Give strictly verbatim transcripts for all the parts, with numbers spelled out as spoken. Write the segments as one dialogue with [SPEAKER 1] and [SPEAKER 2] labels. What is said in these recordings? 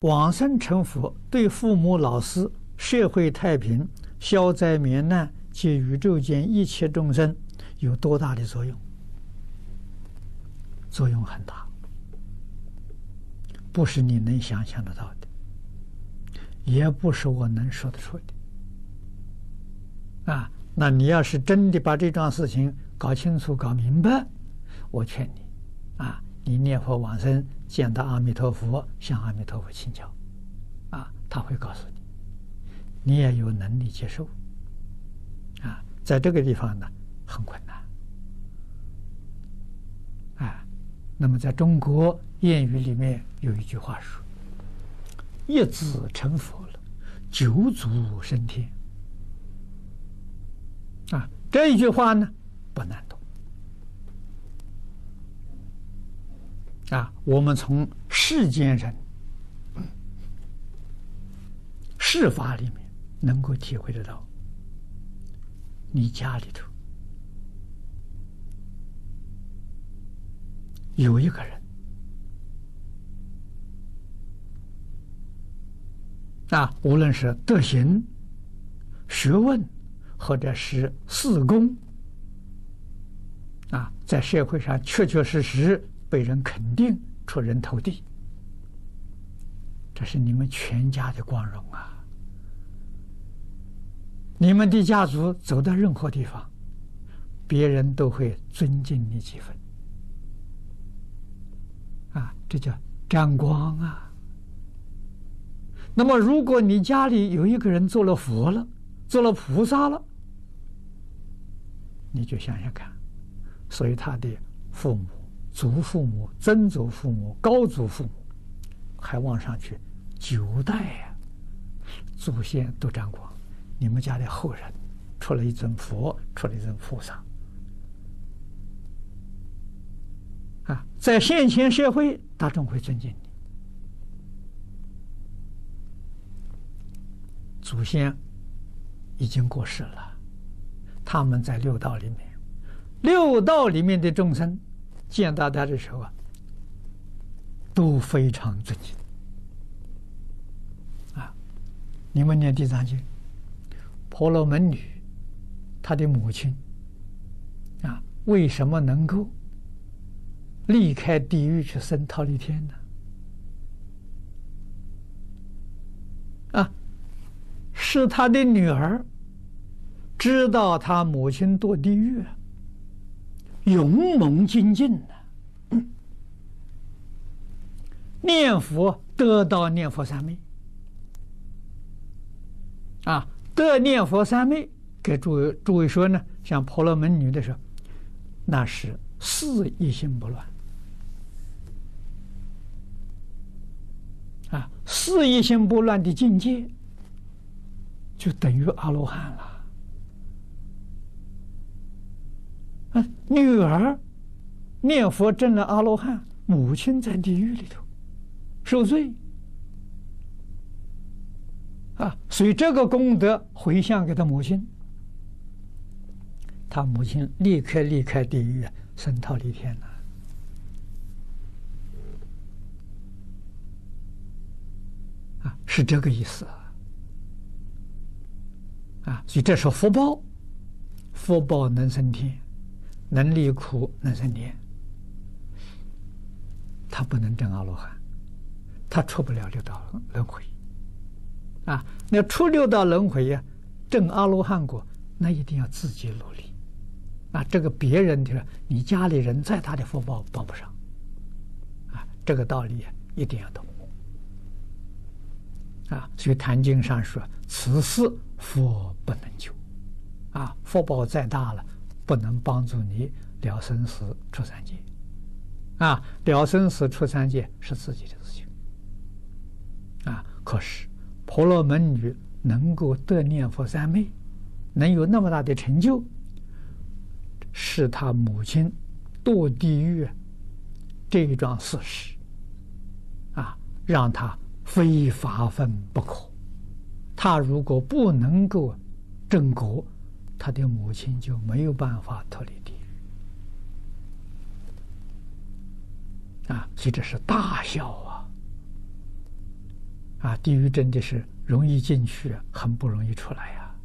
[SPEAKER 1] 往生成佛对父母、老师、社会太平、消灾免难及宇宙间一切众生有多大的作用？作用很大，不是你能想象得到的，也不是我能说得出的。啊，那你要是真的把这桩事情搞清楚、搞明白，我劝你，啊，你念佛往生，见到阿弥陀佛，向阿弥陀佛请教，啊，他会告诉你，你也有能力接受。啊，在这个地方呢，很困难。啊，那么在中国谚语里面有一句话说：“一子成佛了，九祖升天。”啊，这一句话呢不难懂。啊，我们从世间人世法里面能够体会得到，你家里头有一个人啊，无论是德行、学问，或者是事功啊，在社会上确确实实被人肯定、出人头地，这是你们全家的光荣啊！你们的家族走到任何地方，别人都会尊敬你几分啊，这叫沾光啊。那么，如果你家里有一个人做了佛了，做了菩萨了，你就想想看，所以他的父母、祖父母、曾祖父母、高祖父母，还往上去九代呀、啊，祖先都沾光。你们家的后人出了一尊佛，出了一尊菩萨啊，在现前社会，大众会尊敬你。祖先已经过世了，他们在六道里面，六道里面的众生见到他的时候啊，都非常尊敬啊。你们念地藏经，婆罗门女她的母亲啊，为什么能够离开地狱去升忉利天呢？啊，是他的女儿知道他母亲堕地狱，勇猛精进呢，念佛得到念佛三昧啊，得念佛三昧，给诸位诸位说呢，像婆罗门女的时候，那是四一心不乱啊，四一心不乱的境界，就等于阿罗汉了。啊，女儿念佛证了阿罗汉，母亲在地狱里头受罪啊，所以这个功德回向给他母亲，他母亲立刻离开地狱，升忉利天了。啊，是这个意思啊！啊，所以这是福报，福报能升天，能离苦能升天。他不能证阿罗汉，他出不了六道轮回。啊，那出六道轮回呀、啊，证阿罗汉果，那一定要自己努力。啊，这个别人的，你家里人再大的福报帮不上。啊，这个道理啊，一定要懂。啊，所以《坛经》上说：“此事佛不能救。”啊，福报再大了，不能帮助你了生死出三界。啊，了生死出三界是自己的事情。啊，可是婆罗门女能够得念佛三昧，能有那么大的成就，是她母亲堕地狱这一桩事实啊，让她非发奋不可。他如果不能够正果，他的母亲就没有办法脱离地狱啊！所以这是大孝啊！ 啊，地狱真的是容易进去，很不容易出来呀！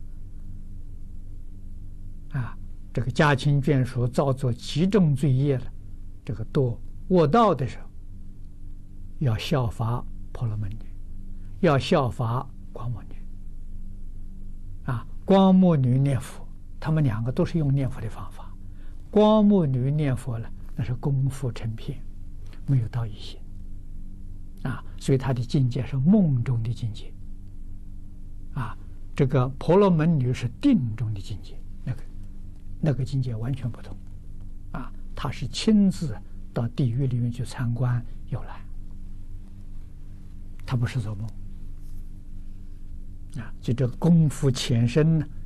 [SPEAKER 1] 啊，这个家亲眷属造作极重罪业了，这个堕卧道的时候，要效法婆罗门女，要效法光目女。啊，光目女念佛，他们两个都是用念佛的方法。光目女念佛了，那是功夫成片，没有到一心。啊，所以他的境界是梦中的境界。啊，这个婆罗门女是定中的境界，那个那个境界完全不同。啊，他是亲自到地狱里面去参观游览，他不是做梦。啊，就这个功夫浅深呢。